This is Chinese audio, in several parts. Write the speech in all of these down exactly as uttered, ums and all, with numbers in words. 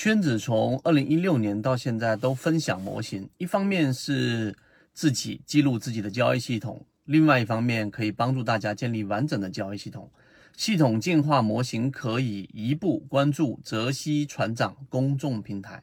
圈子从二零一六年到现在都分享模型，一方面是自己记录自己的交易系统，另外一方面可以帮助大家建立完整的交易系统。系统进化模型可以移步关注泽西船长公众平台。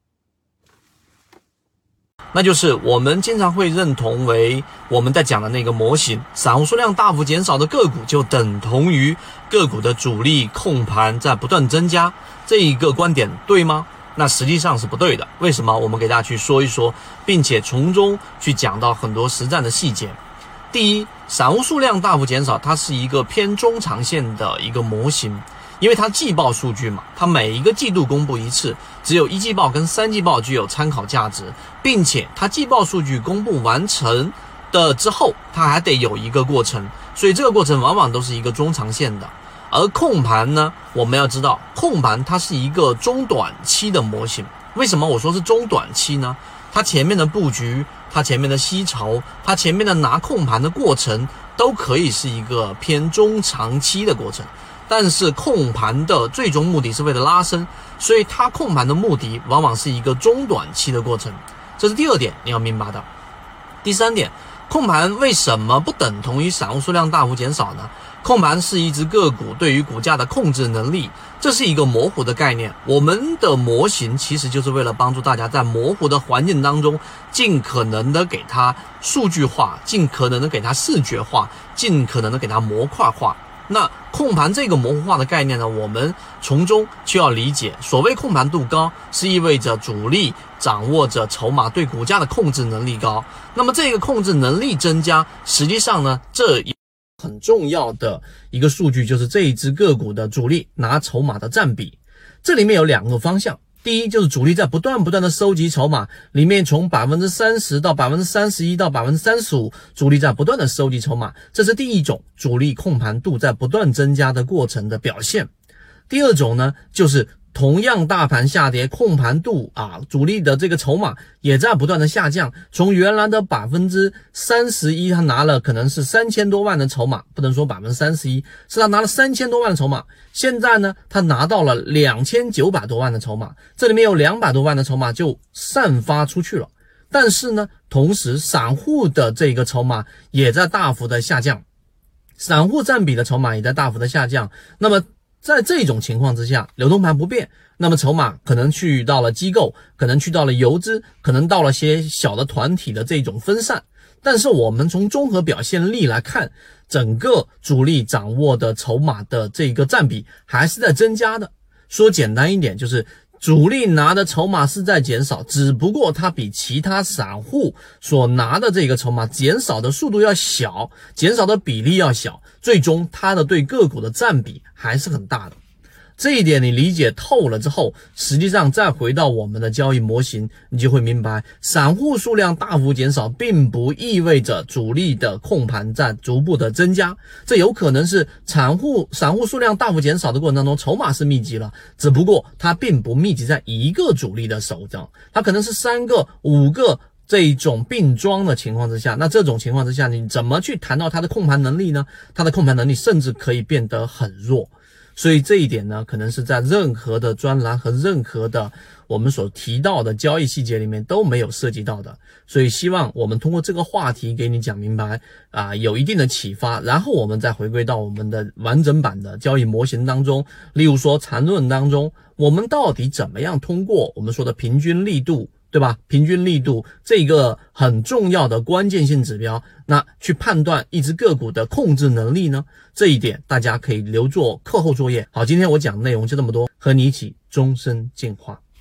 那就是我们经常会认同为我们在讲的那个模型，散户数量大幅减少的个股就等同于个股的主力控盘在不断增加，这一个观点对吗？那实际上是不对的。为什么？我们给大家去说一说，并且从中去讲到很多实战的细节。第一，散户数量大幅减少，它是一个偏中长线的一个模型，因为它季报数据嘛，它每一个季度公布一次，只有一季报跟三季报具有参考价值，并且它季报数据公布完成的之后，它还得有一个过程，所以这个过程往往都是一个中长线的。而控盘呢，我们要知道，控盘它是一个中短期的模型。为什么我说是中短期呢？它前面的布局，它前面的吸筹，它前面的拿控盘的过程，都可以是一个偏中长期的过程。但是控盘的最终目的是为了拉升，所以它控盘的目的往往是一个中短期的过程。这是第二点你要明白的。第三点，控盘为什么不等同于散户数量大幅减少呢？控盘是一只个股对于股价的控制能力，这是一个模糊的概念。我们的模型其实就是为了帮助大家在模糊的环境当中，尽可能的给它数据化，尽可能的给它视觉化，尽可能的给它模块化。那控盘这个模糊化的概念呢，我们从中就要理解，所谓控盘度高，是意味着主力掌握着筹码，对股价的控制能力高。那么这个控制能力增加，实际上呢，这很重要的一个数据就是这一只个股的主力拿筹码的占比。这里面有两个方向，第一就是主力在不断不断的收集筹码，里面从 百分之三十 到 百分之三十一 到 百分之三十五， 主力在不断的收集筹码，这是第一种主力控盘度在不断增加的过程的表现。第二种呢，就是同样大盘下跌，控盘度啊，主力的这个筹码也在不断的下降，从原来的 百分之三十一， 他拿了可能是三千多万的筹码，不能说 百分之三十一， 是他拿了三千多万的筹码，现在呢他拿到了两千九百多万的筹码，这里面有两百多万的筹码就散发出去了。但是呢，同时散户的这个筹码也在大幅的下降，散户占比的筹码也在大幅的下降。那么在这种情况之下，流动盘不变，那么筹码可能去到了机构，可能去到了游资，可能到了些小的团体的这种分散。但是我们从综合表现力来看，整个主力掌握的筹码的这个占比还是在增加的。说简单一点，就是主力拿的筹码是在减少，只不过它比其他散户所拿的这个筹码减少的速度要小，减少的比例要小，最终它的对个股的占比还是很大的。这一点你理解透了之后，实际上再回到我们的交易模型，你就会明白，散户数量大幅减少并不意味着主力的控盘在逐步的增加，这有可能是散户散户数量大幅减少的过程当中，筹码是密集了，只不过它并不密集在一个主力的手上，它可能是三个五个这一种并装的情况之下，那这种情况之下，你怎么去谈到它的控盘能力呢？它的控盘能力甚至可以变得很弱。所以这一点呢，可能是在任何的专栏和任何的我们所提到的交易细节里面都没有涉及到的。所以希望我们通过这个话题给你讲明白啊，有一定的启发，然后我们再回归到我们的完整版的交易模型当中。例如说缠论当中，我们到底怎么样通过我们说的平均力度，对吧？平均力度这个很重要的关键性指标，那去判断一只个股的控制能力呢？这一点大家可以留作课后作业。好，今天我讲的内容就这么多，和你一起终身进化。